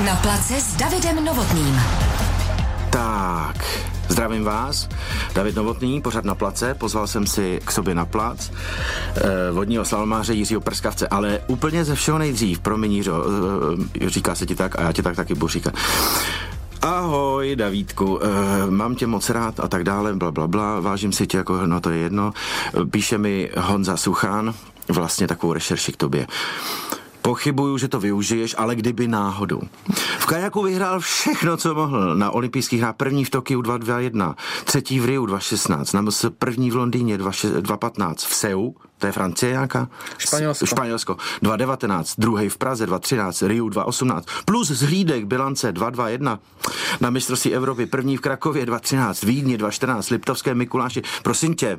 Na place s Davidem Novotným. Tak, zdravím vás, David Novotný, pořád Na place, pozval jsem si k sobě na plac vodního slalomáře Jiřího Prskavce, ale úplně ze všeho nejdřív, promiň Jiřo, říká se ti tak a já ti tak taky budu říkat. Ahoj, Davídku, mám tě moc rád a tak dále, blablabla, vážím si tě, jako no to je jedno. Píše mi Honza Suchán, vlastně takovou rešerši k tobě. Pochybuju, že to využiješ, ale kdyby náhodou. V kajaku vyhrál všechno, co mohl. Na olympijských hrách první v Tokiu 2021, třetí v Riu 2016, na MS první v Londýně 2015, v Seu, to je Francie nějaká? Španělsko. 2019, druhý v Praze 2013, Riu 2018, plus zhlídek bilance 2021, na mistrovství Evropy první v Krakově 2013, Vídni 2014, Liptovské Mikuláši. Prosím tě,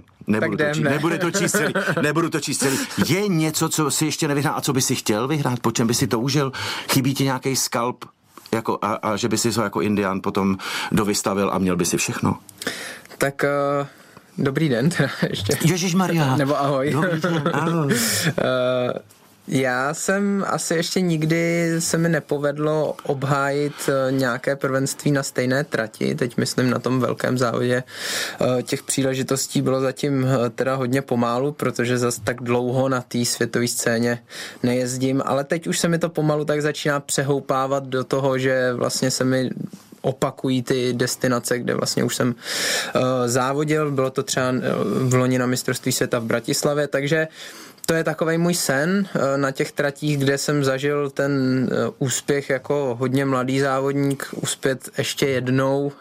nebudu to číst celý. Je něco, co si ještě nevyhrál a co by si chtěl vyhrát? Po čem by si to užil? Chybí ti nějaký skalp? Jako, a že by si ho jako Indián potom dovystavil a měl by si všechno? Tak... Dobrý den, teda ještě. Ježišmarja. Nebo ahoj. Dobrý den, ahoj. Já jsem asi ještě nikdy se mi nepovedlo obhájit nějaké prvenství na stejné trati, teď myslím na tom velkém závodě. Těch příležitostí bylo zatím teda hodně pomálu, protože zas tak dlouho na té světové scéně nejezdím, ale teď už se mi to pomalu tak začíná přehoupávat do toho, že vlastně se mi opakují ty destinace, kde vlastně už jsem závodil, bylo to třeba v loni na mistrovství světa v Bratislavě, takže to je takovej můj sen na těch tratích, kde jsem zažil ten úspěch jako hodně mladý závodník, uspět ještě jednou,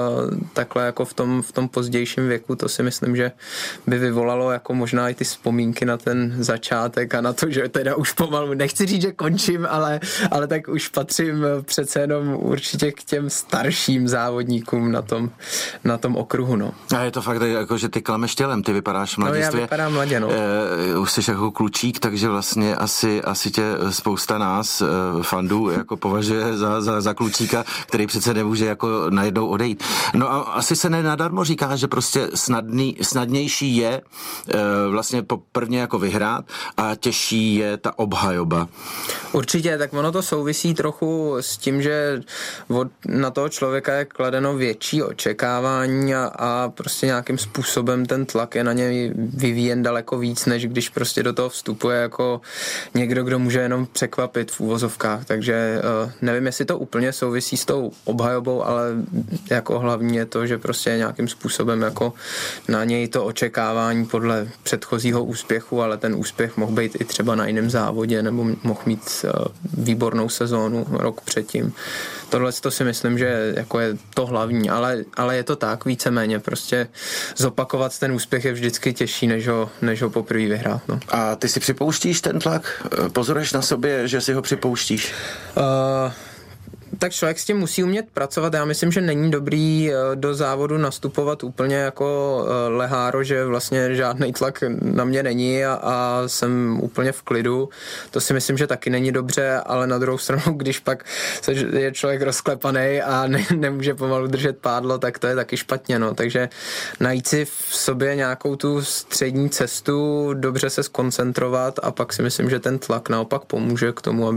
takhle jako v tom pozdějším věku, to si myslím, že by vyvolalo jako možná i ty vzpomínky na ten začátek a na to, že teda už pomalu, nechci říct, že končím, ale tak už patřím přece jenom určitě k těm starším závodníkům na tom okruhu, no. A je to fakt jako, že ty klameš tělem, ty vypadáš mladistvě. No já vypadám mladě, no. Už jsi jako klučík, takže vlastně asi tě spousta nás fandů jako považuje za klučíka, který přece nemůže jako najednou odejít. No a asi se nenadarmo říká, že prostě snadnější je vlastně prvně jako vyhrát a těžší je ta obhajoba. Určitě, tak ono to souvisí trochu s tím, že na toho člověka je kladeno větší očekávání a prostě nějakým způsobem ten tlak je na něj vyvíjen daleko víc, než když prostě do toho vstupuje jako někdo, kdo může jenom překvapit v úvozovkách, takže nevím, jestli to úplně souvisí s tou obhajobou, ale jako hlavní je to, že prostě nějakým způsobem jako na něj to očekávání podle předchozího úspěchu, ale ten úspěch mohl být i třeba na jiném závodě, nebo mohl mít výbornou sezónu rok předtím. Tohle to si myslím, že jako je to hlavní, ale je to tak víceméně, prostě zopakovat ten úspěch je vždycky těžší, než ho poprvé vyhrát. No. A ty si připouštíš ten tlak? Pozoruješ na sobě, že si ho připouštíš? Tak člověk s tím musí umět pracovat. Já myslím, že není dobrý do závodu nastupovat úplně jako leháro, že vlastně žádný tlak na mě není a jsem úplně v klidu. To si myslím, že taky není dobře, ale na druhou stranu, když pak je člověk rozklepaný a nemůže pomalu držet pádlo, tak to je taky špatně. No. Takže najít si v sobě nějakou tu střední cestu, dobře se skoncentrovat a pak si myslím, že ten tlak naopak pomůže k tomu,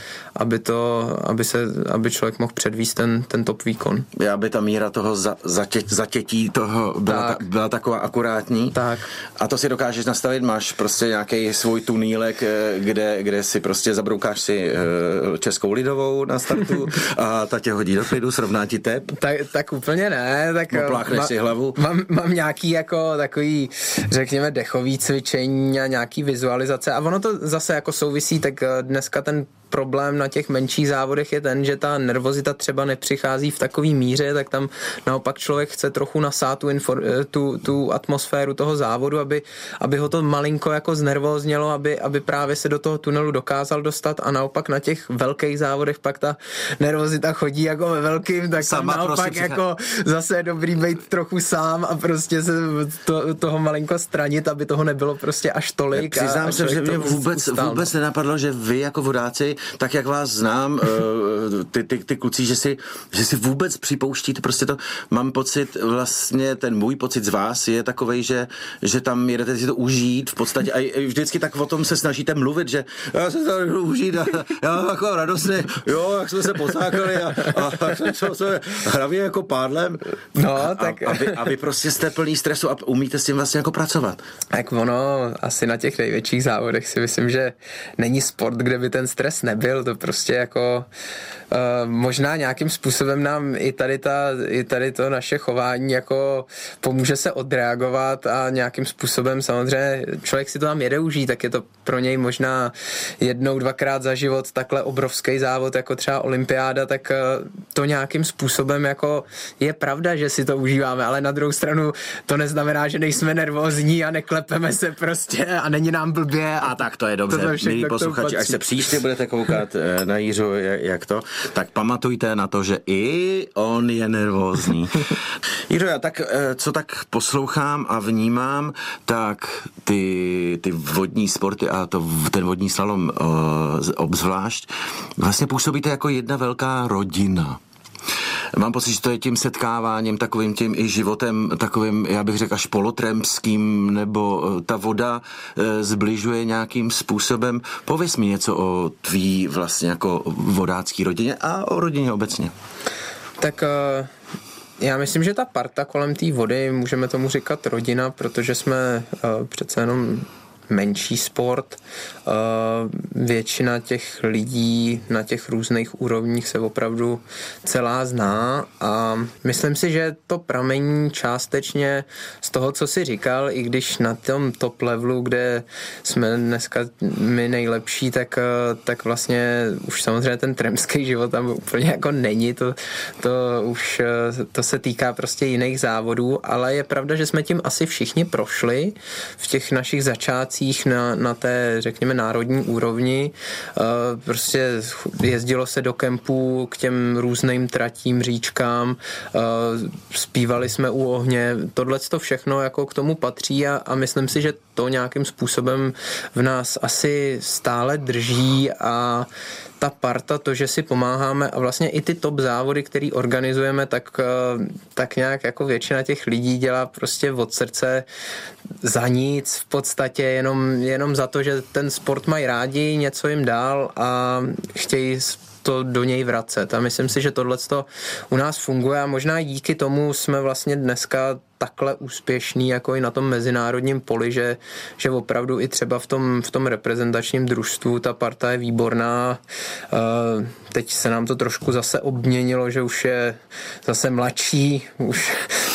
aby člověk mohl předvíst ten top výkon. Aby ta míra toho zatětí toho byla taková akurátní. Tak. A to si dokážeš nastavit, máš prostě nějaký svůj tunílek, kde si prostě zabroukáš si Českou lidovou na startu a ta tě hodí do klidu, srovná ti tep. Tak úplně ne. Tak opláchneš si hlavu. Mám nějaký jako takový, řekněme, dechový cvičení a nějaký vizualizace a ono to zase jako souvisí, tak dneska ten problém na těch menších závodech je ten, že ta nervozita třeba nepřichází v takový míře, tak tam naopak člověk chce trochu nasát tu atmosféru toho závodu, aby ho to malinko jako znervóznělo, aby právě se do toho tunelu dokázal dostat a naopak na těch velkých závodech pak ta nervozita chodí jako ve velkým, tak sama tam naopak jako zase je dobrý být trochu sám a prostě se toho malinko stranit, aby toho nebylo prostě až tolik. Přiznám se, že mě vůbec nenapadlo, že vy jako vodáci tak jak vás znám, ty kluci, že si vůbec připouštíte, prostě to, mám pocit, vlastně ten můj pocit z vás je takovej, že tam jedete si to užít v podstatě a vždycky tak o tom se snažíte mluvit, že já se to jdu užít a já jako radostný, jo, jak jsme se posákali a jsme hravě jako pádlem. No, tak... A vy prostě jste plný stresu a umíte s tím vlastně jako pracovat. Tak ono, asi na těch největších závodech si myslím, že není sport, kde by ten stres nebyl, to prostě jako možná nějakým způsobem nám i tady to naše chování jako pomůže se odreagovat a nějakým způsobem samozřejmě člověk si to tam jede užít, tak je to pro něj možná 1-2krát za život takhle obrovský závod jako třeba olympiáda, tak to nějakým způsobem jako je pravda, že si to užíváme, ale na druhou stranu to neznamená, že nejsme nervózní a neklepeme se prostě a není nám blbě. A tak to je dobře, milí posluchači, až se příště budete koukat na Jiřu, jak to, tak pamatujte na to, že i on je nervózní. Jiřo, já tak, co tak poslouchám a vnímám, tak ty vodní sporty a ten vodní slalom obzvlášť, vlastně působíte jako jedna velká rodina. Mám pocit, že to je tím setkáváním, takovým tím i životem, takovým, já bych řekl, až polotremským, nebo ta voda zbližuje nějakým způsobem. Pověz mi něco o tvý vlastně jako vodácký rodině a o rodině obecně. Tak já myslím, že ta parta kolem té vody, můžeme tomu říkat rodina, protože jsme přece jenom menší sport. Většina těch lidí na těch různých úrovních se opravdu celá zná a myslím si, že to pramení částečně z toho, co jsi říkal, i když na tom top levelu, kde jsme dneska my nejlepší, tak vlastně už samozřejmě ten tremský život tam úplně jako není, to se týká prostě jiných závodů, ale je pravda, že jsme tím asi všichni prošli v těch našich začátcích na té, řekněme, národní úrovni. Prostě jezdilo se do kempů k těm různým tratím, říčkám, zpívali jsme u ohně. Tohleto všechno jako k tomu patří a myslím si, že to nějakým způsobem v nás asi stále drží a ta parta, to, že si pomáháme a vlastně i ty top závody, který organizujeme, tak nějak jako většina těch lidí dělá prostě od srdce za nic, v podstatě jenom za to, že ten sport mají rádi, něco jim dál a chtějí to do něj vracet. A myslím si, že tohleto u nás funguje a možná díky tomu jsme vlastně dneska takhle úspěšný jako i na tom mezinárodním poli, že opravdu i třeba v tom reprezentačním družstvu ta parta je výborná. Teď se nám to trošku zase obměnilo, že už je zase mladší. Už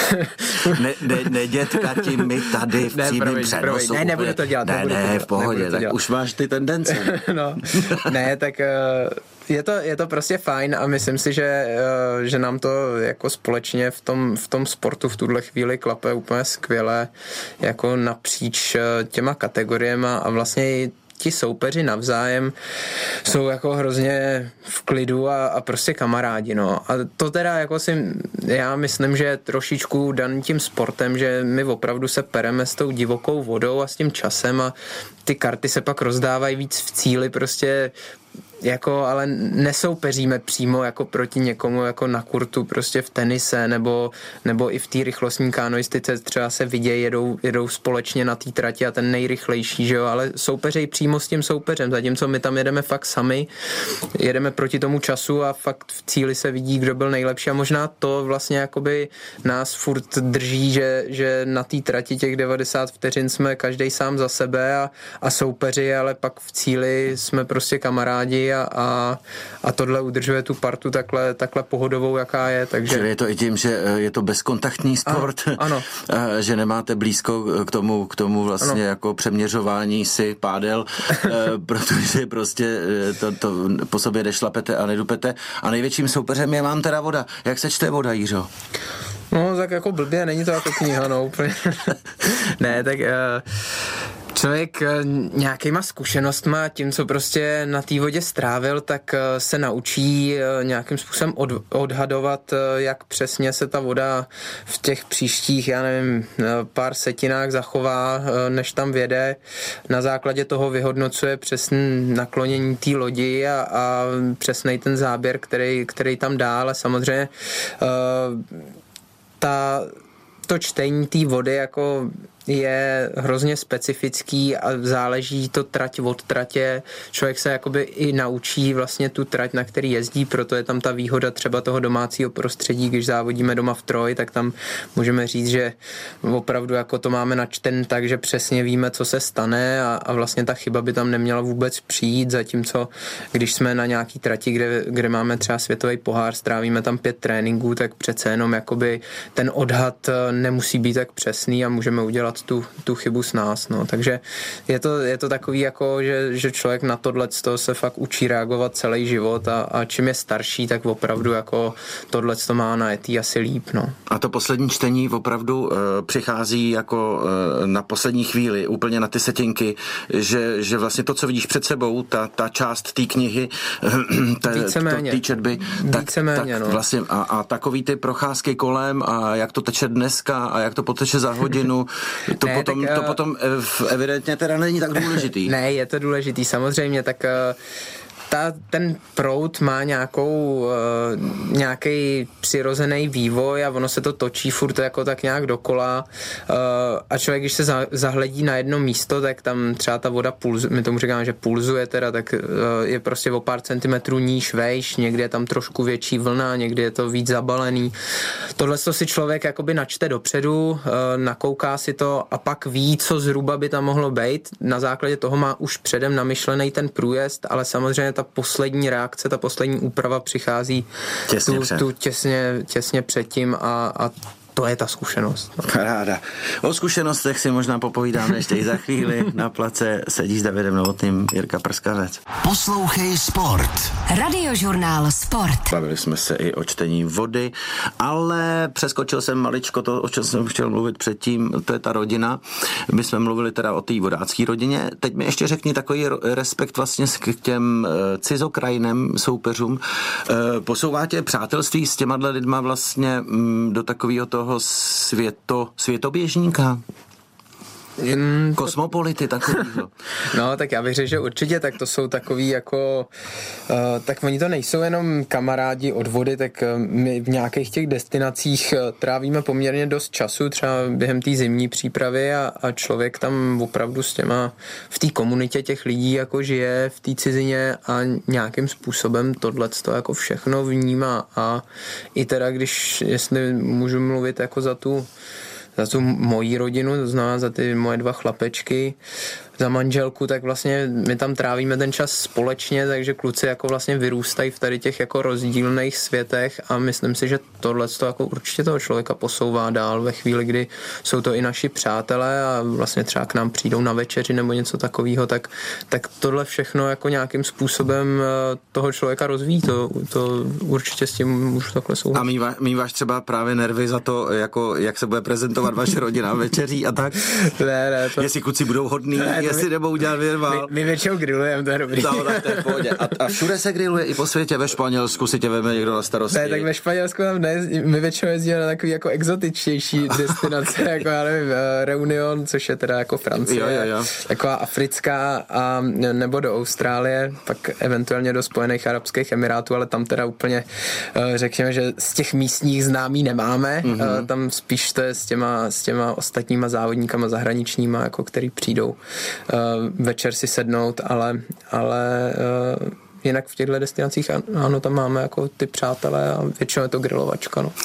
ne dětka ti my tady v přímém přenosu. Ne, nebudu to dělat. Ne, v pohodě, tak už máš ty tendence. No, ne, tak je to prostě fajn a myslím si, že nám to jako společně v tom sportu v tuhle chvíli klape úplně skvěle jako napříč těma kategoriema a vlastně i ti soupeři navzájem jsou jako hrozně v klidu a prostě kamarádi, no. A to teda jako já myslím, že je trošičku daný tím sportem, že my opravdu se pereme s tou divokou vodou a s tím časem a ty karty se pak rozdávají víc v cíli prostě jako, ale nesoupeříme přímo jako proti někomu jako na kurtu prostě v tenise nebo i v té rychlostní kanoistice třeba se vidějí, jedou společně na té trati a ten nejrychlejší, že jo, ale soupeřejí přímo s tím soupeřem, zatímco my tam jedeme fakt sami, jedeme proti tomu času a fakt v cíli se vidí, kdo byl nejlepší a možná to vlastně jakoby nás furt drží, že na té trati těch 90 vteřin jsme každej sám za sebe a soupeři, ale pak v cíli jsme prostě kamarádi a tohle udržuje tu partu takhle pohodovou, jaká je. Takže... Čili je to i tím, že je to bezkontaktní sport, ano. Že nemáte blízko k tomu vlastně ano. Jako přeměřování si pádel, protože prostě to po sobě nešlapete a nedupete. A největším soupeřem je vám teda voda. Jak se čte voda, Jiřo? No, tak jako blbě, není to jako kniha, no úplně. Ne, tak Člověk nějakýma zkušenostma, tím, co prostě na té vodě strávil, tak se naučí nějakým způsobem odhadovat, jak přesně se ta voda v těch příštích, já nevím, pár setinách zachová, než tam vjede. Na základě toho vyhodnocuje přesné naklonění té lodi a přesnej ten záběr, který tam dá, ale samozřejmě to čtení té vody jako je hrozně specifický a záleží to trať od tratě. Člověk se jakoby i naučí vlastně tu trať, na který jezdí, proto je tam ta výhoda třeba toho domácího prostředí, když závodíme doma v Troji, tak tam můžeme říct, že opravdu jako to máme načten tak, že přesně víme, co se stane a vlastně ta chyba by tam neměla vůbec přijít, zatímco když jsme na nějaký trati, kde máme třeba světový pohár, strávíme tam 5 tréninků, tak přece jenom jakoby ten odhad nemusí být tak přesný a můžeme udělat tu chybu s nás, no. Takže je to takový jako, že člověk na tohleto se fakt učí reagovat celý život a čím je starší, tak opravdu jako tohleto má najetý asi líp, no. A to poslední čtení opravdu přichází jako na poslední chvíli, úplně na ty setinky, že vlastně to, co vidíš před sebou, ta část té knihy, té četby, tak no. Vlastně a takový ty procházky kolem a jak to teče dneska a jak to poteče za hodinu, to potom evidentně teda není tak důležitý. Ne, je to důležitý, samozřejmě, tak ten proud má nějaký přirozený vývoj a ono se to točí furt jako tak nějak dokola a člověk, když se zahledí na jedno místo, tak tam třeba ta voda pulzuje, my tomu říkáme, že pulzuje teda, tak je prostě o pár centimetrů níž, vejš, někdy je tam trošku větší vlna, někdy je to víc zabalený. Tohle si člověk jakoby načte dopředu, nakouká si to a pak ví, co zhruba by tam mohlo být. Na základě toho má už předem namyšlený ten průjezd, ale samozřejmě ta poslední reakce, ta poslední úprava přichází těsně předtím a to je ta zkušenost. No. Ráda. O zkušenostech si možná popovídáme ještě i za chvíli. Na place sedí s Davidem Novotným Jirka Prskavec. Poslouchej Sport. Radiožurnál Sport. Bavili jsme se i o čtení vody, ale přeskočil jsem maličko to, o čem jsem chtěl mluvit předtím, to je ta rodina. My jsme mluvili teda o té vodácké rodině. Teď mi ještě řekni takový respekt vlastně k těm cizokrajinem soupeřům. Posouvá tě přátelství s těma lidma vlastně do takového toho světoběžníka? Kosmopolity takovýho. No, tak já bych řekl, že určitě, tak to jsou takový jako, tak oni to nejsou jenom kamarádi od vody, tak my v nějakých těch destinacích trávíme poměrně dost času, třeba během té zimní přípravy a člověk tam opravdu s těma, v té komunitě těch lidí jako žije v té cizině a nějakým způsobem tohleto jako všechno vnímá a i teda, jestli můžu mluvit jako za tu moji rodinu, to znamená za ty moje 2 chlapečky, za manželku, tak vlastně my tam trávíme ten čas společně, takže kluci jako vlastně vyrůstají v tady těch jako rozdílných světech a myslím si, že tohle jako určitě toho člověka posouvá dál ve chvíli, kdy jsou to i naši přátelé a vlastně třeba k nám přijdou na večeři nebo něco takového, tak tohle všechno jako nějakým způsobem toho člověka rozvíjí, to určitě s tím můžu takhle souhlasit. A míváš třeba právě nervy za to, jako jak se bude prezentovat vaše rodina večeří a tak? Ne, jestli kluci budou hodný, jestli nebudou udělat věrval. My většinou grillujeme, to je dobrý. No, tak to je v pohodě. A všude se grilluje, i po světě, ve Španělsku si tě veme někdo na starosti. Ne, tak ve Španělsku tam my většinou jezdíme na takový jako exotičtější destinace, jako já nevím, Reunion, což je teda jako Francie, jo. taková africká, a nebo do Austrálie, pak eventuálně do Spojených arabských emirátů, ale tam teda úplně řekněme, že z těch místních známí nemáme, tam spíš to je s těma ostatníma závodníkama zahraničníma, jako který přijdou večer si sednout, ale jinak v těchto destinacích ano, tam máme jako ty přátelé a většinou je to grilovačka, no.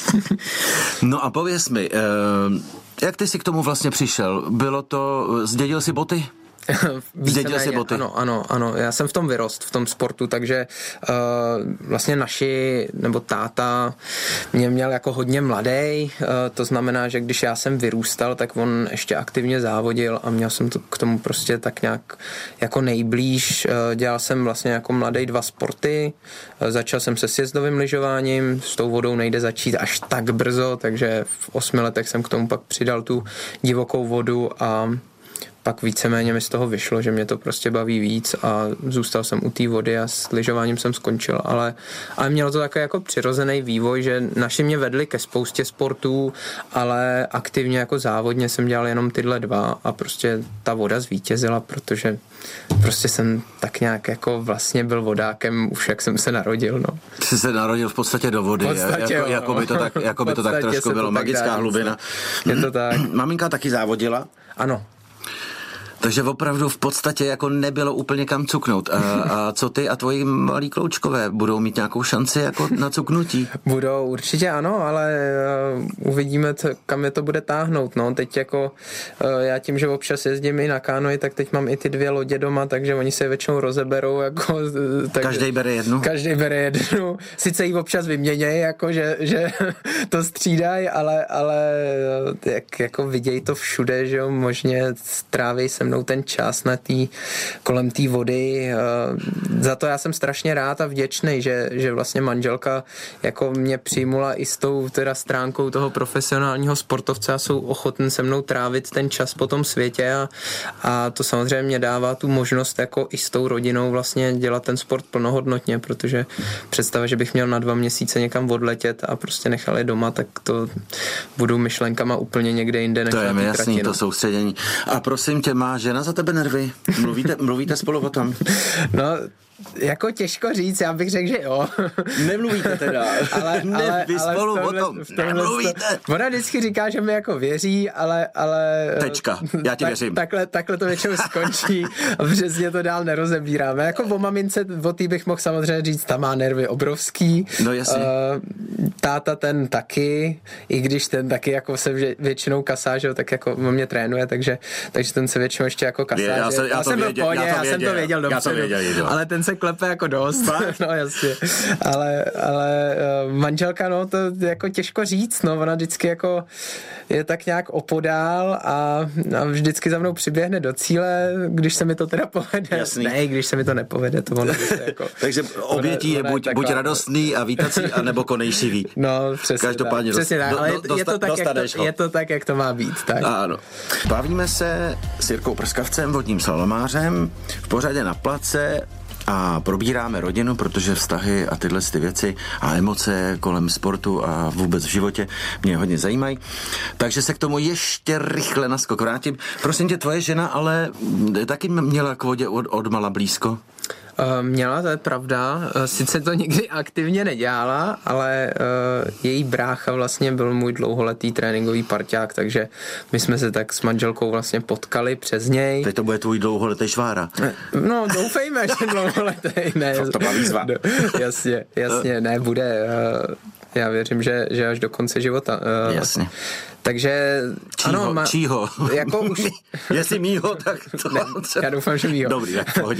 No a pověz mi, jak ty jsi k tomu vlastně přišel? Bylo to, zdědil jsi boty? Zdědil si boty. Ano, já jsem v tom vyrost, v tom sportu, takže vlastně nebo táta mě měl jako hodně mladý, to znamená, že když já jsem vyrůstal, tak on ještě aktivně závodil a měl jsem to k tomu prostě tak nějak jako nejblíž. Dělal jsem vlastně jako mladý 2 sporty, začal jsem se sjezdovým lyžováním, s tou vodou nejde začít až tak brzo, takže v 8 letech jsem k tomu pak přidal tu divokou vodu a pak víceméně mi z toho vyšlo, že mě to prostě baví víc a zůstal jsem u té vody a s lyžováním jsem skončil, ale mělo to takový jako přirozený vývoj, že naši mě vedli ke spoustě sportů, ale aktivně jako závodně jsem dělal jenom tyhle dva a prostě ta voda zvítězila, protože prostě jsem tak nějak jako vlastně byl vodákem už jak jsem se narodil, no. Jsi se narodil v podstatě do vody, jako by to tak trošku bylo, magická hlubina. Je to tak. Maminka taky závodila? Ano. Takže opravdu v podstatě jako nebylo úplně kam cuknout. A co ty a tvoji malí kloučkové budou mít nějakou šanci jako na cuknutí? Budou, určitě ano, ale uvidíme, kam je to bude táhnout. No. Teď jako já tím, že občas jezdím i na kánoji, tak teď mám i ty 2 lodě doma, takže oni se většinou rozeberou. Jako, každej bere jednu? Každej bere jednu. Sice ji občas vyměnějí, jako, že to střídají, ale jako vidějí to všude, že jo, možně stráví se mnou ten čas kolem té vody. Za to já jsem strašně rád a vděčný, že vlastně manželka jako mě přijmula i s tou teda stránkou toho profesionálního sportovce a jsou ochotní se mnou trávit ten čas po tom světě a to samozřejmě dává tu možnost jako i s tou rodinou vlastně dělat ten sport plnohodnotně, protože představa, že bych měl na 2 měsíce někam odletět a prostě nechal je doma, tak to budu myšlenkama úplně někde jinde než to je na té jasný, trati, no. To soustředění. A prosím tě, má žena za tebe nervy? Mluvíte spolu o tom? No, jako těžko říct, já bych řekl, že jo. Nemluvíte teda. ale spolu o tom nemluvíte. Ona vždycky říká, že mi jako věří, ale tečka, já ti věřím. Takhle to většinou skončí a přesně to dál nerozebíráme. Jako o mamince, o té bych mohl samozřejmě říct, ta má nervy obrovský. No jasně. Táta ten taky, i když ten taky jako se většinou kasá, že jo, tak jako on mě trénuje, takže ten se většinou ještě jako kasá. Já jsem to věděl dopředu, ale ten se klepe jako dost. No jasně. Ale manželka, no to jako těžko říct, no ona vždycky jako je tak nějak opodál a vždycky za mnou přiběhne do cíle, když se mi to teda povede. Jasný. Ne, když se mi to nepovede, to ono jako... Takže obětí je buď radostný a vítací, anebo konejšivý. No, přesně každopádně tak. Přesně tak, ale je to tak, jak to má být. Tak. Ano. Bavíme se s Jirkou Prskavcem, vodním slalomářem, v pořadě Na place a probíráme rodinu, protože vztahy a tyhle ty věci a emoce kolem sportu a vůbec v životě mě hodně zajímají. Takže se k tomu ještě rychle naskok vrátím. Prosím tě, tvoje žena ale taky měla k vodě od mala blízko? Měla, to je pravda. Sice to nikdy aktivně nedělala, ale její brácha vlastně byl můj dlouholetý tréninkový parťák, takže my jsme se tak s manželkou vlastně potkali přes něj. Teď to bude tvůj dlouholetý švára. No, doufejme, že dlouholetý. Ne, to má výzva. Jasně, ne, bude. Já věřím, že až do konce života. Jasně. Takže Čího? Jako už... Jestli mýho, tak to... Ne, já doufám, že mýho. Dobrý, tak v pohodě.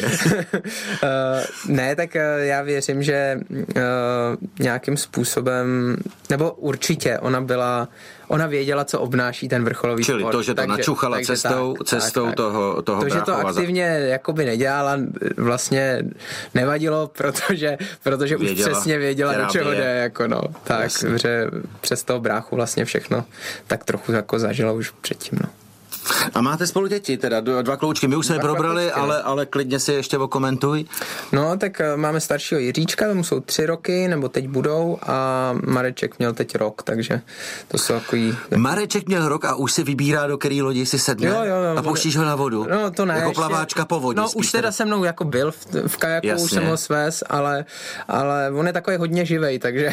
Ne, tak já věřím, že nějakým způsobem, nebo určitě ona věděla, co obnáší ten vrcholový sport. Čili to, že to načuchala cestou toho to, že to aktivně jakoby nedělala, vlastně nevadilo, protože už přesně věděla, do čeho jde. Jako no. Tak, že přes toho bráchu vlastně všechno tak trochu jako zažila už předtím. No. A máte spolu děti, teda 2 kloučky. My už jsme probrali, ale klidně si ještě okomentuj. No, tak máme staršího Jiříčka, tomu jsou 3 roky, nebo teď budou, a Mareček měl teď rok, takže to jsou takový... Mareček měl rok a už si vybírá, do který lodi si sedne a pouštíš ho na vodu. No, to ne. Jako plaváčka po vodě. No, už teda se mnou jako byl v kajaku, už jsem ho svez, ale on je takový hodně živej, takže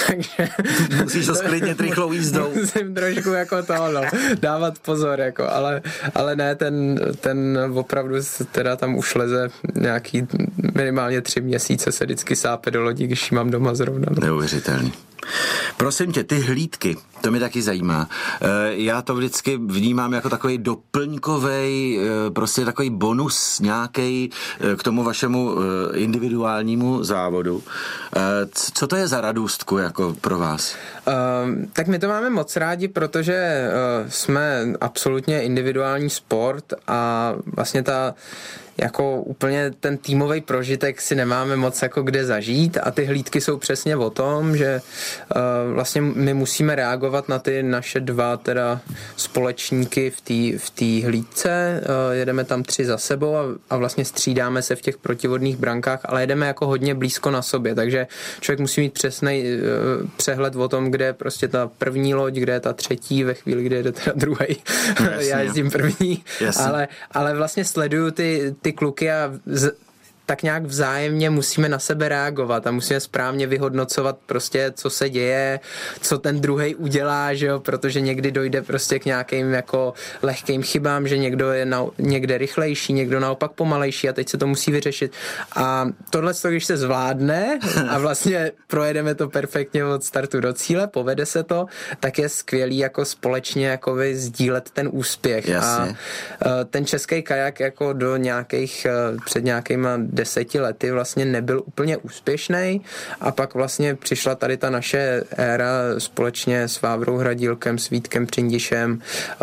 musíš to sklidnit rychlou jízdou. Musím trošku jako dávat pozor, jako, ale ne, ten opravdu teda tam už leze nějaký minimálně 3 měsíce se vždycky sápe do lodí, když ji mám doma zrovna. No. Neuvěřitelný. Prosím tě, ty hlídky, to mě taky zajímá. Já to vždycky vnímám jako takový doplňkovej, prostě takový bonus nějaký k tomu vašemu individuálnímu závodu. Co to je za radůstku jako pro vás? Tak my to máme moc rádi, protože jsme absolutně individuální sport a vlastně jako úplně ten týmový prožitek si nemáme moc jako kde zažít a ty hlídky jsou přesně o tom, že vlastně my musíme reagovat na ty naše dva teda společníky v té hlídce, jedeme tam 3 za sebou a vlastně střídáme se v těch protivodných brankách, ale jedeme jako hodně blízko na sobě, takže člověk musí mít přesný přehled o tom, kde je prostě ta první loď, kde je ta třetí, ve chvíli, kdy jede teda druhej. Já jezdím první, ale vlastně sleduju ty kluky a tak nějak vzájemně musíme na sebe reagovat a musíme správně vyhodnocovat prostě, co se děje, co ten druhej udělá, že jo, protože někdy dojde prostě k nějakým jako lehkým chybám, že někdo je někde rychlejší, někdo naopak pomalejší a teď se to musí vyřešit. A tohle, když se zvládne a vlastně projedeme to perfektně od startu do cíle, povede se to, tak je skvělý jako společně jako sdílet ten úspěch. Jasně. A ten český kajak jako do nějakých, před nějakýma 10 lety vlastně nebyl úplně úspěšný a pak vlastně přišla tady ta naše éra společně s Vávrou Hradílkem, s Vítkem Přindišem,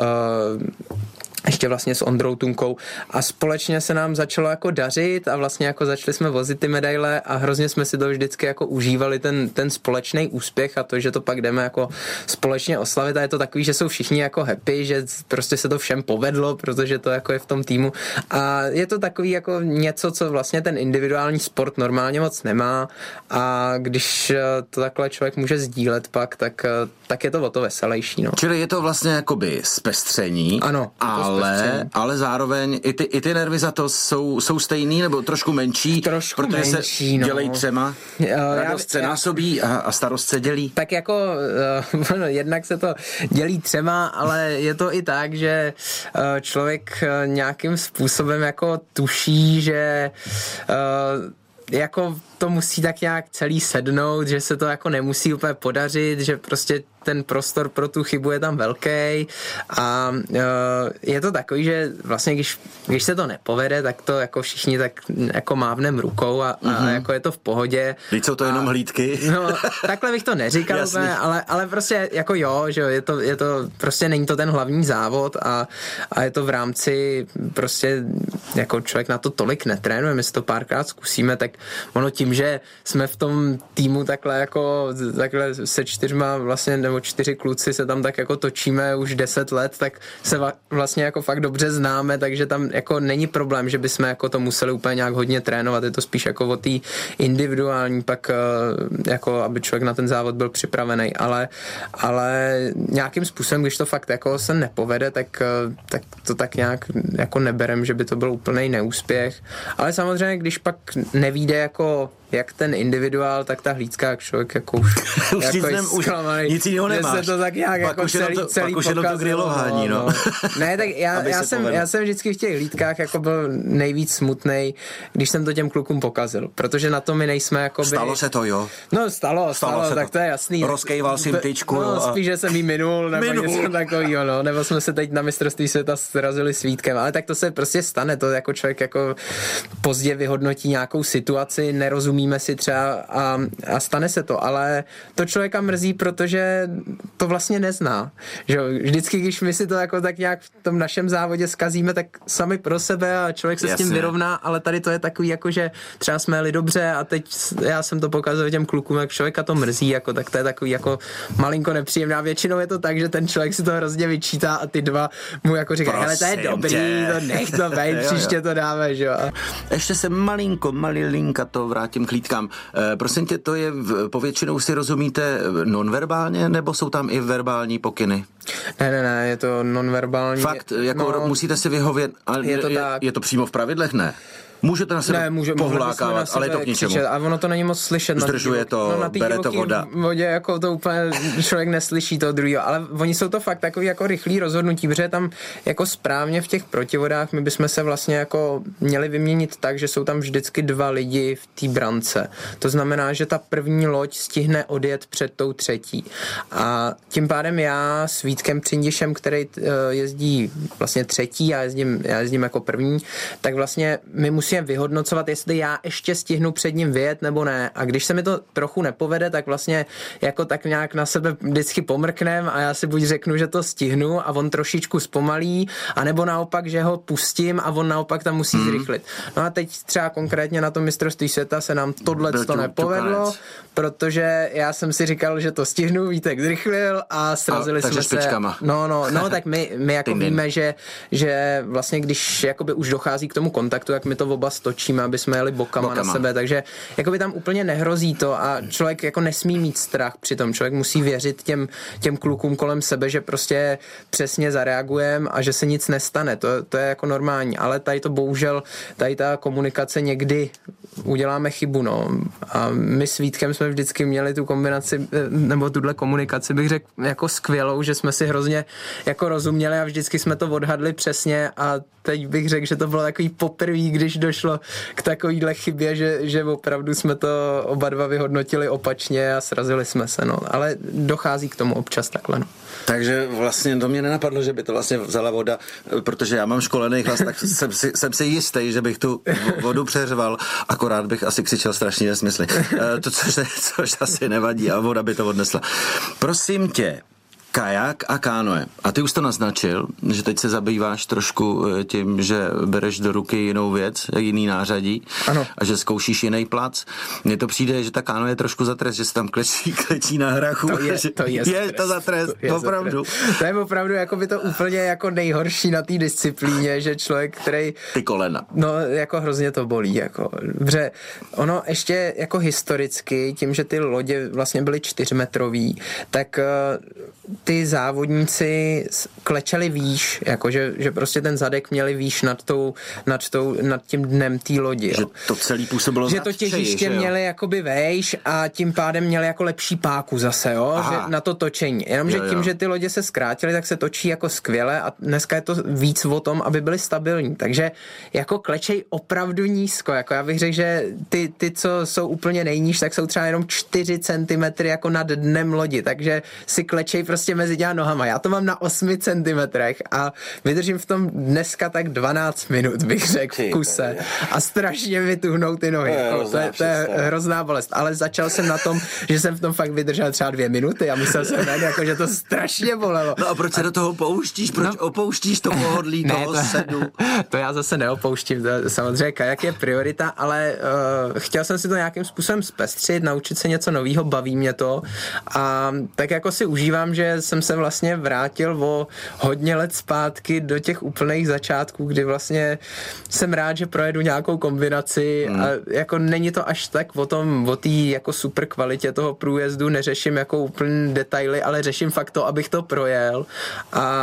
ještě vlastně s Ondrou Tunkou a společně se nám začalo jako dařit a vlastně jako začali jsme vozit ty medaile a hrozně jsme si to vždycky jako užívali ten společný úspěch a to, že to pak jdeme jako společně oslavit a je to takový, že jsou všichni jako happy, že prostě se to všem povedlo, protože to jako je v tom týmu a je to takový jako něco, co vlastně ten individuální sport normálně moc nemá a když to takhle člověk může sdílet pak, tak je to o to veselější. No. Čili je to vlastně jakoby zpestření. Ano. Ale zároveň i ty nervy za to jsou stejný nebo trošku menší, protože menší, se dělají třema. Radost se násobí a starost se dělí. Tak jako jednak se to dělí třema, ale je to i tak, že člověk nějakým způsobem jako tuší, že jako to musí tak nějak celý sednout, že se to jako nemusí úplně podařit, že prostě ten prostor pro tu chybu je tam velký a je to takový, že vlastně když se to nepovede, tak to jako všichni tak jako mávnem rukou a jako je to v pohodě. Teď jsou to jenom hlídky. No, takhle bych to neříkal úplně, ale prostě jako jo, že je to prostě není to ten hlavní závod a je to v rámci prostě jako člověk na to tolik netrénuje, my si to párkrát zkusíme, tak ono tím, že jsme v tom týmu takhle se 4 vlastně nebo 4 kluci se tam tak jako točíme už 10 let, tak se vlastně jako fakt dobře známe, takže tam jako není problém, že bychom jako to museli úplně nějak hodně trénovat, je to spíš jako o té individuální pak jako aby člověk na ten závod byl připravený, ale nějakým způsobem, když to fakt jako se nepovede, tak to tak nějak jako neberem, že by to byl úplný neúspěch, ale samozřejmě, když pak nevíde jako jak ten individuál, tak ta hlídka, jak člověk jako už zklamaný, nic jiného nemáš. Se to tak nějak pak jako celý už jenom to grilování, no. Ne, tak já jsem vždycky v těch hlídkách jako byl nejvíc smutnej, když jsem to těm klukům pokazil, protože na to my nejsme jako Stalo se to, jo? No, stalo, tak to je jasný. Rozkejval jsem tyčku, no, spíš, že jsem jí minul, nebo něco takovýho, no, nebo jsme se teď na mistrovství světa srazili s Vítkem, ale tak to se prostě stane, to jako člověk jako pozdě vyhodnotí nějakou situaci, nerozumíme si třeba a stane se to, ale to člověka mrzí, protože to vlastně nezná. Že vždycky, když my si to jako tak nějak v tom našem závodě zkazíme, tak sami pro sebe a člověk se s tím vyrovná, ale tady to je takový jako, že třeba jsme jeli dobře a teď já jsem to pokazal těm klukům, jak člověka to mrzí, jako, tak to je takový jako malinko nepříjemná. Většinou je to tak, že ten člověk si to hrozně vyčítá a ty dva mu jako říkají, hele, to je dobrý, to nech to bejt, příště to dáme, že jo. Ještě se malilinka to vrátím k hlídkám. Prosím tě, to je povětšinou si rozumíte nonverbálně, nebo jsou tam i verbální pokyny? Ne, je to nonverbální. Fakt, jako musíte si vyhovět, ale je to přímo v pravidlech, ne? Můžete na sebe pohlákávat, ale je to k ničemu. A ono to není moc slyšet. Zdržuje to, bere to voda. Vodě jako to úplně člověk neslyší toho druhého, ale oni jsou to fakt takový jako rychlý rozhodnutí, protože tam jako správně v těch protivodách my bychom se vlastně jako měli vyměnit tak, že jsou tam vždycky 2 lidi v té brance. To znamená, že ta první loď stihne odjet před tou třetí. A tím pádem já s Vítkem Přindišem, který jezdí vlastně třetí, já jezdím jako první, tak vlastně my musíme musíme vyhodnocovat, jestli já ještě stihnu před ním vyjet nebo ne. A když se mi to trochu nepovede, tak vlastně jako tak nějak na sebe vždycky pomrknem a já si buď řeknu, že to stihnu a on trošičku zpomalí, anebo naopak, že ho pustím a on naopak tam musí zrychlit. No a teď třeba konkrétně na tom mistrovství světa se nám tohleto nepovedlo, protože já jsem si říkal, že to stihnu, Vítek zrychlil a srazili jsme se. No, tak my jako víme, že vlastně když jakoby už dochází k tomu kontaktu, jak my to oba stočíme, aby jsme jeli bokama na sebe, takže jakoby tam úplně nehrozí to a člověk jako nesmí mít strach přitom. Člověk musí věřit těm klukům kolem sebe, že prostě přesně zareagujeme a že se nic nestane. To je jako normální, ale tady to bohužel, tady ta komunikace někdy uděláme chybu, no. A my s Vítkem jsme vždycky měli tu kombinaci, nebo tuhle komunikaci bych řekl jako skvělou, že jsme si hrozně jako rozuměli a vždycky jsme to odhadli přesně a teď bych řekl, že to bylo takový poprvý, když došlo k takovýhle chybě, že opravdu jsme to oba dva vyhodnotili opačně a srazili jsme se, no. Ale dochází k tomu občas takhle, no. Takže vlastně to mě nenapadlo, že by to vlastně vzala voda, protože já mám školený hlas, tak jsem si jistý, že bych tu vodu přeřval, akorát bych asi křičel strašně nesmysly. Což asi nevadí a voda by to odnesla. Prosím tě, kajak a kánoe. A ty už to naznačil, že teď se zabýváš trošku tím, že bereš do ruky jinou věc, jiný nářadí. Ano. A že zkoušíš jiný plac. Mně to přijde, že ta kánoe je trošku za trest, že se tam klečí na hrachu. To je to za trest, opravdu. To je opravdu jako by to úplně jako nejhorší na té disciplíně, že člověk, který... Ty kolena. No, jako hrozně to bolí, jako. Dobře, ono ještě jako historicky, tím, že ty lodě vlastně byly 4metrový, tak ty závodníci klečeli výš, jakože že prostě ten zadek měli výš nad tím dnem té lodi. Že to celý působilo že to těžiště měli jakoby vejš a tím pádem měli jako lepší páku zase, jo, že na to točení. Jenomže tím, že ty lodě se zkrátily, tak se točí jako skvěle a dneska je to víc o tom, aby byly stabilní. Takže jako klečej opravdu nízko. Jako já bych řekl, že ty, co jsou úplně nejníž, tak jsou třeba jenom 4 cm jako nad dnem lodi, takže si klečej prostě mezi těma nohama. Já to mám na 8 centimetrech a vydržím v tom dneska tak 12 minut, bych řekl, v kuse. A strašně mi tuhnou ty nohy. To je hrozná bolest. Ale začal jsem na tom, že jsem v tom fakt vydržel třeba 2 minuty a musel jsem ven, jako, že to strašně bolelo. No a proč se do toho pouštíš? Proč opouštíš to pohodlí toho sedu? To já zase neopouštím. Samozřejmě kajak je priorita, ale chtěl jsem si to nějakým způsobem zpestřit, naučit se něco nového, baví mě to. A tak jako si užívám, že jsem se vlastně vrátil o hodně let zpátky do těch úplných začátků, kdy vlastně jsem rád, že projedu nějakou kombinaci a jako není to až tak o té jako super kvalitě toho průjezdu, neřeším jako úplný detaily, ale řeším fakt to, abych to projel a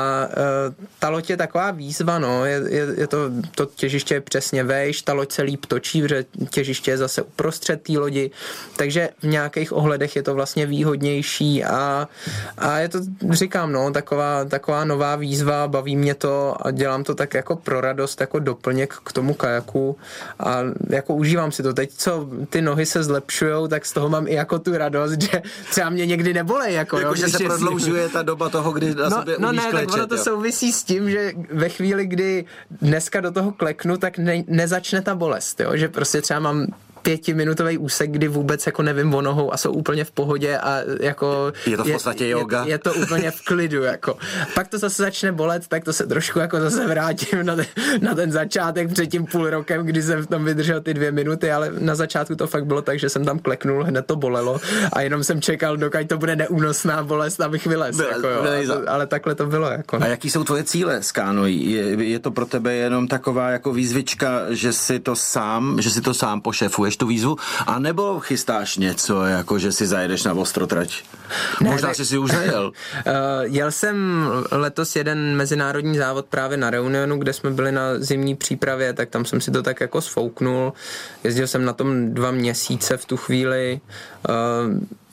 ta loď je taková výzva, no, je to těžiště je přesně vejš, ta loď se líp točí, protože těžiště je zase uprostřed té lodi, takže v nějakých ohledech je to vlastně výhodnější a je to, říkám, no, taková nová výzva, baví mě to a dělám to tak jako pro radost, jako doplněk k tomu kajaku a jako užívám si to. Teď, co ty nohy se zlepšujou, tak z toho mám i jako tu radost, že třeba mě někdy nebolej, jako že se prodloužuje ta doba toho, kdy na sobě umíš klečet. Tak ono to souvisí s tím, že ve chvíli, kdy dneska do toho kleknu, tak nezačne ta bolest, jo? Že prostě třeba mám 5minutový úsek, kdy vůbec jako nevím o nohou a jsou úplně v pohodě a jako... Je to v podstatě yoga. Je to úplně v klidu, jako. Pak to zase začne bolet, tak to se trošku jako zase vrátím na ten začátek před tím půl rokem, kdy jsem v tom vydržel ty 2 minuty, ale na začátku to fakt bylo tak, že jsem tam kleknul, hned to bolelo a jenom jsem čekal, dokud to bude neúnosná bolest, abych vylez, jako jo. Ale takhle to bylo, jako. A jaký jsou tvoje cíle s kánoí? Je to pro tebe jenom taková jako výzvička, že si to sám pošefuješ tu výzvu, anebo chystáš něco, jako že si zajedeš na ostrotrať? Možná si už zajel. Jel jsem letos jeden mezinárodní závod právě na Reunionu, kde jsme byli na zimní přípravě, tak tam jsem si to tak jako sfouknul. Jezdil jsem na tom 2 měsíce v tu chvíli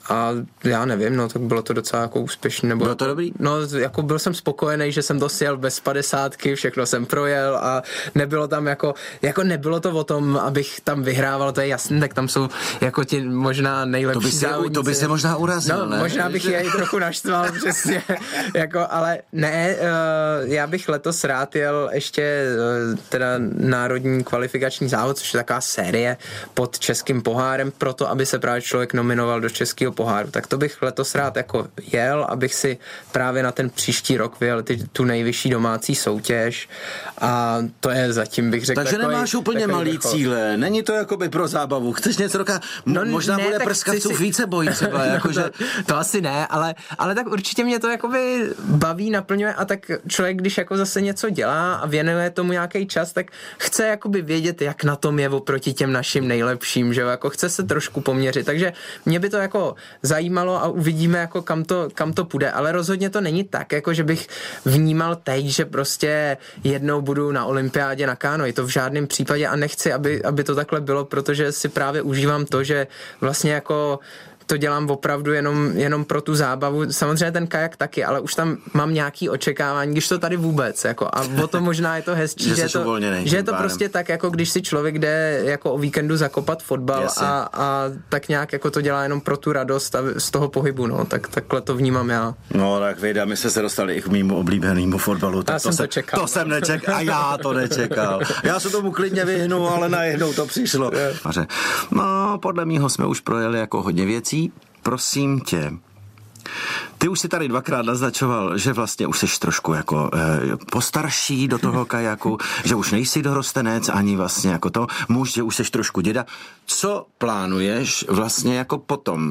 a já nevím, no tak bylo to docela jako úspěšné. Bylo to dobrý? No jako byl jsem spokojený, že jsem to sjel bez 50, všechno jsem projel a nebylo tam jako nebylo to o tom, abych tam vyhrával, to je jasný, tak tam jsou jako ti možná nejlepší závodníci. To by se možná urazil, no, ne? Možná bych je i trochu naštval, přesně, jako, ale ne, já bych letos rád jel ještě teda národní kvalifikační závod, což je taková série pod českým pohárem, proto aby se právě člověk nominoval do českého poháru. Tak to bych letos rád jako jel, abych si právě na ten příští rok vyjel tu nejvyšší domácí soutěž a to je zatím bych řekl. Takže nemáš úplně malý cíle, není to jakoby pro zábavu, chceš něco roka, možná bude prskavců více bojí třeba, jakože... to asi ne, ale tak určitě mě to jakoby baví, naplňuje a tak člověk, když jako zase něco dělá a věnuje tomu nějaký čas, tak chce jakoby vědět, jak na tom je oproti těm našim nejlepším, že jo, jako chce se trošku poměřit, takže mě by to jako zajímalo a uvidíme jako kam to půjde, ale rozhodně to není tak, jako že bych vnímal teď, že prostě jednou budu na olympiádě na kánoji, to v žádném případě a nechci, aby to takhle bylo, protože si právě užívám to, že vlastně jako to dělám opravdu jenom pro tu zábavu. Samozřejmě ten kajak taky, ale už tam mám nějaký očekávání, když to tady vůbec, jako, a o to možná je to hezčí, že je to prostě tak, jako když si člověk jde jako o víkendu zakopat fotbal a tak nějak jako to dělá jenom pro tu radost a z toho pohybu, no, tak takhle to vnímám já. No, tak věda, my jsme se dostali i k mému oblíbenému fotbalu. Tak to jsem nečekal a já to nečekal. Já se tomu klidně vyhnu, ale najednou to přišlo. No, podle mýho jsme už projeli jako hodně věcí. Prosím tě, ty už si tady dvakrát naznačoval, že vlastně už jsi trošku jako postarší do toho kajaku, že už nejsi dorostenec ani vlastně jako to, muž, že už jsi trošku děda. Co plánuješ vlastně jako potom?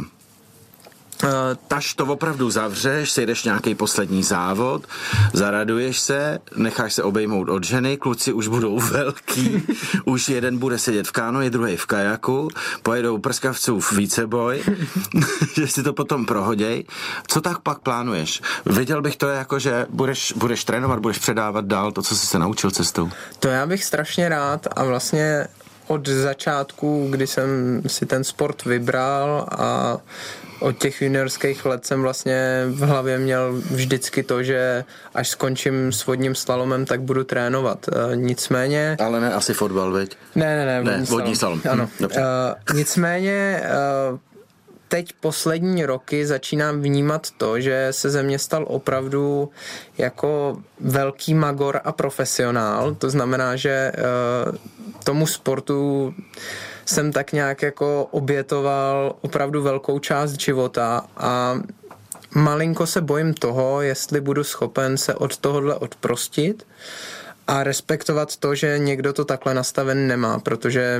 Až to opravdu zavřeš, sejdeš nějaký poslední závod, zaraduješ se, necháš se obejmout od ženy, kluci už budou velký, už jeden bude sedět v kánoji, druhý v kajaku, pojedou prskavců v víceboj, že si to potom prohoděj. Co tak pak plánuješ? Viděl bych to jako, že budeš trénovat, budeš předávat dál to, co jsi se naučil cestou? To já bych strašně rád a vlastně od začátku, kdy jsem si ten sport vybral a od těch juniorských let jsem vlastně v hlavě měl vždycky to, že až skončím s vodním slalomem, tak budu trénovat. Nicméně... Ale ne asi fotbal, veď? Ne, vodní slalom. Ano. Nicméně teď poslední roky začínám vnímat to, že se ze mě stal opravdu jako velký magor a profesionál. To znamená, že tomu sportu jsem tak nějak jako obětoval opravdu velkou část života a malinko se bojím toho, jestli budu schopen se od tohohle odprostit a respektovat to, že někdo to takhle nastaven nemá, protože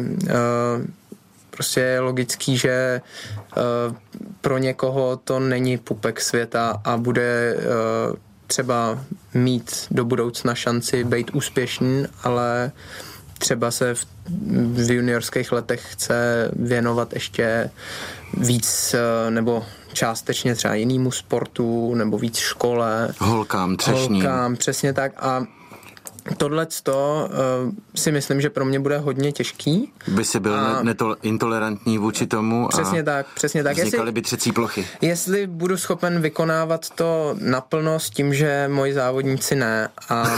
prostě je logický, že pro někoho to není pupek světa a bude třeba mít do budoucna šanci být úspěšný, ale třeba se v juniorských letech chce věnovat ještě víc nebo částečně třeba jinému sportu nebo víc škole. Holkám, přesně tak a tohleto si myslím, že pro mě bude hodně těžký. By si byl intolerantní vůči tomu přesně tak. Vznikaly by třecí plochy. Jestli budu schopen vykonávat to naplno s tím, že moji závodníci ne.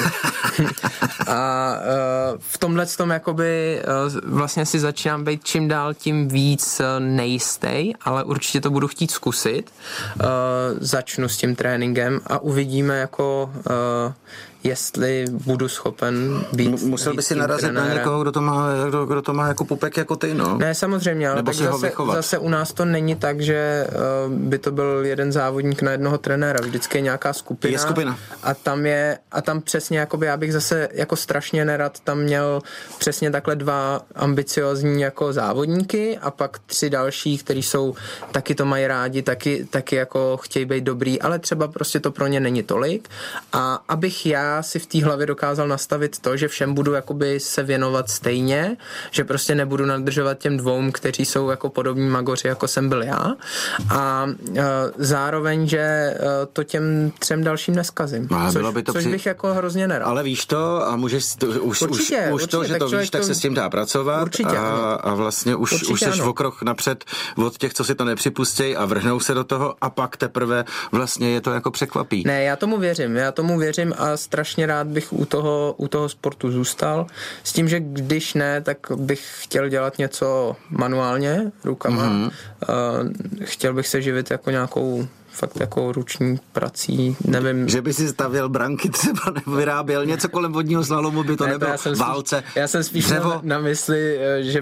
A v tomhletom jakoby vlastně si začínám být čím dál tím víc nejistý, ale určitě to budu chtít zkusit. Začnu s tím tréninkem a uvidíme jako jestli budu schopen být. Musel by si narazit na někoho, kdo to má jako pupek jako ty, no. Ne, samozřejmě, ale tak zase u nás to není tak, že by to byl jeden závodník na jednoho trenéra. Vždycky je nějaká skupina. Je skupina. A tam přesně, jakoby já bych zase jako strašně nerad tam měl přesně takhle 2 ambiciozní jako závodníky a pak 3 další, kteří jsou, taky to mají rádi, taky jako chtějí být dobrý, ale třeba prostě to pro ně není tolik. A abych já si v té hlavě dokázal chtěl nastavit to, že všem budu jakoby se věnovat stejně, že prostě nebudu nadržovat těm dvou, kteří jsou jako podobní magoři, jako jsem byl já, a zároveň, že to těm 3 dalším neskazím. Což bych jako hrozně nerad. Ale víš to a můžeš už to, že to víš, tak se s tím dá pracovat. Určitě, a vlastně už jsi o krok napřed od těch, co si to nepřipustějí a vrhnou se do toho a pak teprve vlastně je to jako překvapí. Ne, já tomu věřím a strašně rád bych u toho sportu zůstal. S tím, že když ne, tak bych chtěl dělat něco manuálně, rukama. Chtěl bych se živit jako nějakou fakt jako ruční prací, nevím. Že by si stavěl branky třeba, nebo vyráběl něco kolem vodního slalomu, by to nebylo válce. Já jsem spíš na mysli,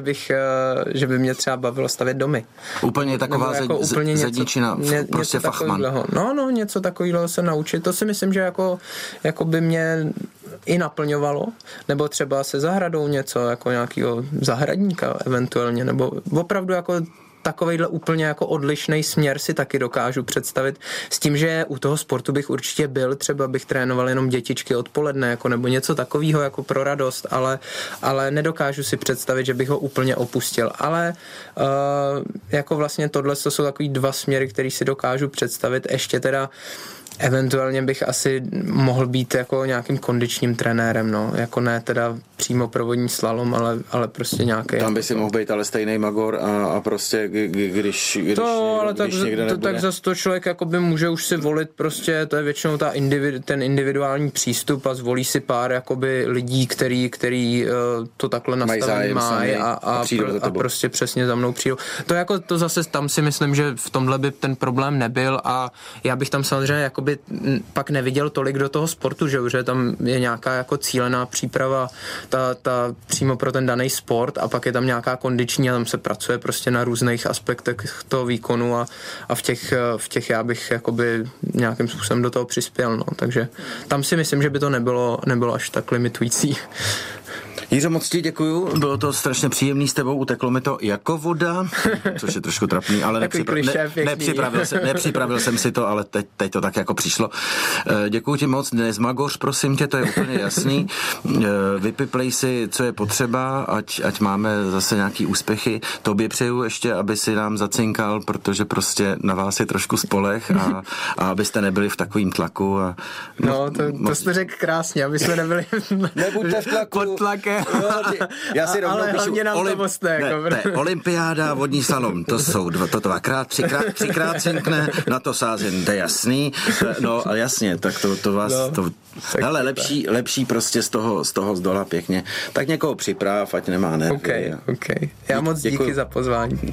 že by mě třeba bavilo stavět domy. Úplně taková jako zedničina, prostě fachman. No, něco takového se naučit. To si myslím, že jako by mě i naplňovalo, nebo třeba se zahradou něco, jako nějakého zahradníka eventuálně, nebo opravdu jako takovejhle úplně jako odlišný směr si taky dokážu představit. S tím, že u toho sportu bych určitě byl, třeba bych trénoval jenom dětičky odpoledne, jako, nebo něco takového jako pro radost, ale nedokážu si představit, že bych ho úplně opustil. Ale jako vlastně tohle jsou takový 2 směry, který si dokážu představit. Ještě teda eventuálně bych asi mohl být jako nějakým kondičním trenérem, no. Jako ne teda přímo provodní slalom, ale prostě nějaký. Tam by si mohl být ale stejný magor a prostě když někde nebude. Tak zase to člověk jakoby může už si volit prostě, to je většinou ten individuální přístup a zvolí si pár jakoby lidí, který to takhle nastavený mají a prostě přesně za mnou přijdou. To zase tam si myslím, že v tomhle by ten problém nebyl a já bych tam samozřejmě jakoby pak neviděl tolik do toho sportu, že tam je nějaká jako cílená příprava ta přímo pro ten daný sport a pak je tam nějaká kondiční a tam se pracuje prostě na různých aspektech toho výkonu a v těch já bych jakoby nějakým způsobem do toho přispěl, no. Takže tam si myslím, že by to nebylo až tak limitující. Jiřo, moc ti děkuju, bylo to strašně příjemný s tebou, uteklo mi to jako voda, což je trošku trapný, ale nepřipravil jsem si to, ale teď to tak jako přišlo. Děkuju ti moc, nezmagoř, prosím tě, to je úplně jasný. Vypiplej si, co je potřeba, ať máme zase nějaký úspěchy. Tobě přeju ještě, aby si nám zacinkal, protože prostě na vás je trošku spoleh a abyste nebyli v takovým tlaku. To jste řekl krásně, aby jsme nebyli nebuďte v tlaku. Pod tlakem. Já si rovnou píšu, olympiáda, vodní slalom, to jsou 2x, 3x cinkne, na to sázím, to je jasný. No a jasně, tak to vás... Hele, lepší prostě z toho zdola pěkně. Tak někoho připrav, ať nemá nervy. OK. Já moc díky za pozvání.